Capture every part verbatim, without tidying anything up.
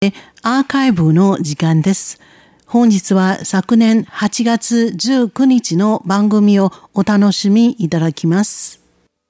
アーカイブの時間です。本日は昨年はちがつじゅうくにちの番組をお楽しみいただきます。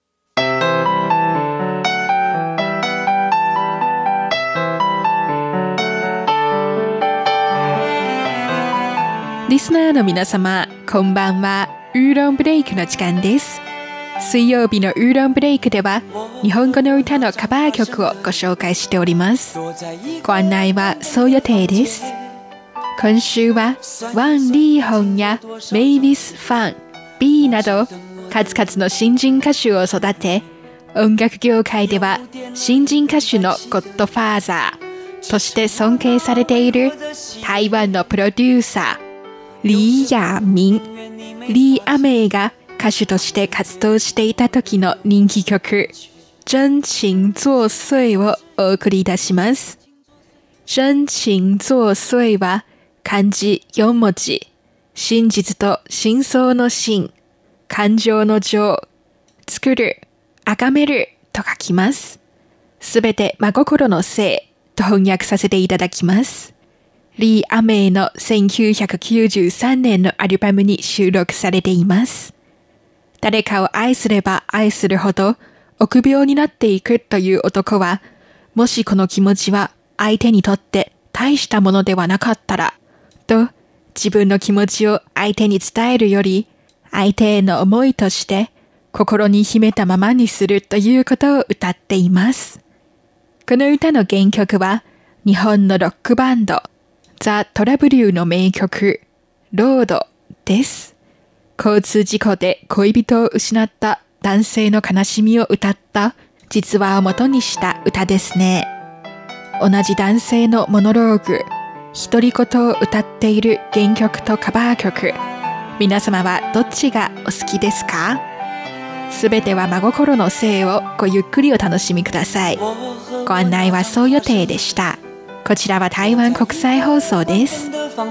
リスナーの皆様、こんばんは。ウーロンブレイクの時間です。水曜日のウーロンブレイクでは日本語の歌のカバー曲をご紹介しております。ご案内はそう予定です。今週はワン・リーホンやメイビス・ファン、B など数々の新人歌手を育て、音楽業界では新人歌手のゴッドファーザーとして尊敬されている台湾のプロデューサーリー・ヤーミン、リー・アメイが歌手として活動していた時の人気曲真情作祟をお送りいたします。真情作祟は漢字よんもじ、真実と真相の真、感情の情、作る、崇めると書きます。すべて真心の性と翻訳させていただきます。リー・アメイのせんきゅうひゃくきゅうじゅうさんねんのアルバムに収録されています。誰かを愛すれば愛するほど臆病になっていくという男は、もしこの気持ちは相手にとって大したものではなかったら、と自分の気持ちを相手に伝えるより、相手への思いとして心に秘めたままにするということを歌っています。この歌の原曲は日本のロックバンドザ・トラブリューの名曲ロードです。交通事故で恋人を失った男性の悲しみを歌った実話を元にした歌ですね。同じ男性のモノローグ、独り言を歌っている原曲とカバー曲、皆様はどっちがお好きですか？すべては真心の性をごゆっくりお楽しみください。ご案内はそう予定でした。こちらは台湾国際放送です。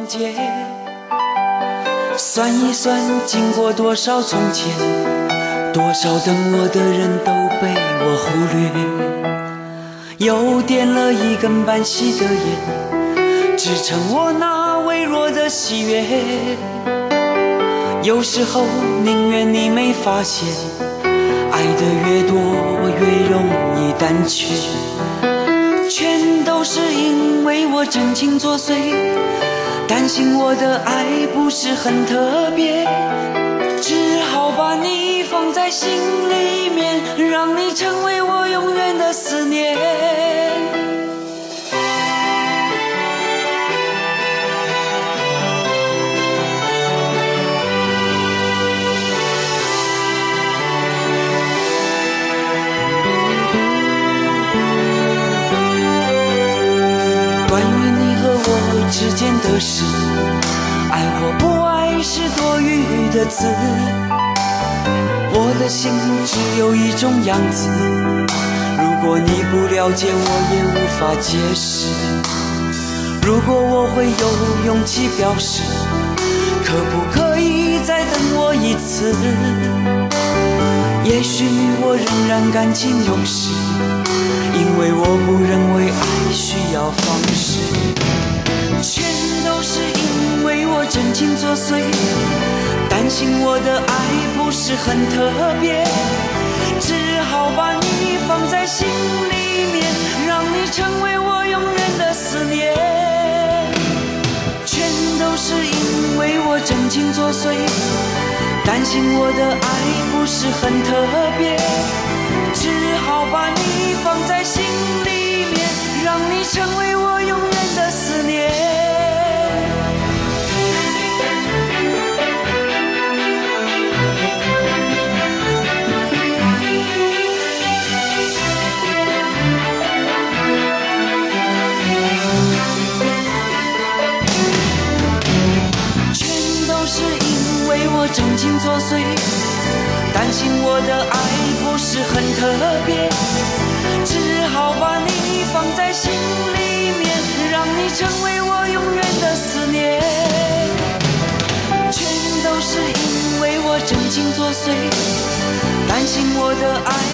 算一算经过多少从前，多少等我的人都被我忽略，又点了一根半熄的烟，支撑我那微弱的喜悦。有时候宁愿你没发现，爱的越多越容易胆怯，全都是因为我真情作祟，担心我的爱不是很特别，只好把你放在心里面，让你成为我永远的思念。关于你和我之间的事，爱或不爱是多余的字，我的心只有一种样子，如果你不了解我也无法解释，如果我会有勇气表示，可不可以再等我一次，也许我仍然感情用事，因为我不认为爱需要方式，全都是因为我真情作祟，担心我的爱不是很特别，只好把你放在心里面，让你成为我永远的思念。全都是因为我真情作祟，担心我的爱不是很特别，只好把你放在心里面，让你成为我永远的思念。我真情作祟，担心我的爱不是很特别，只好把你放在心里面，让你成为我永远的思念。全都是因为我真情作祟，担心我的爱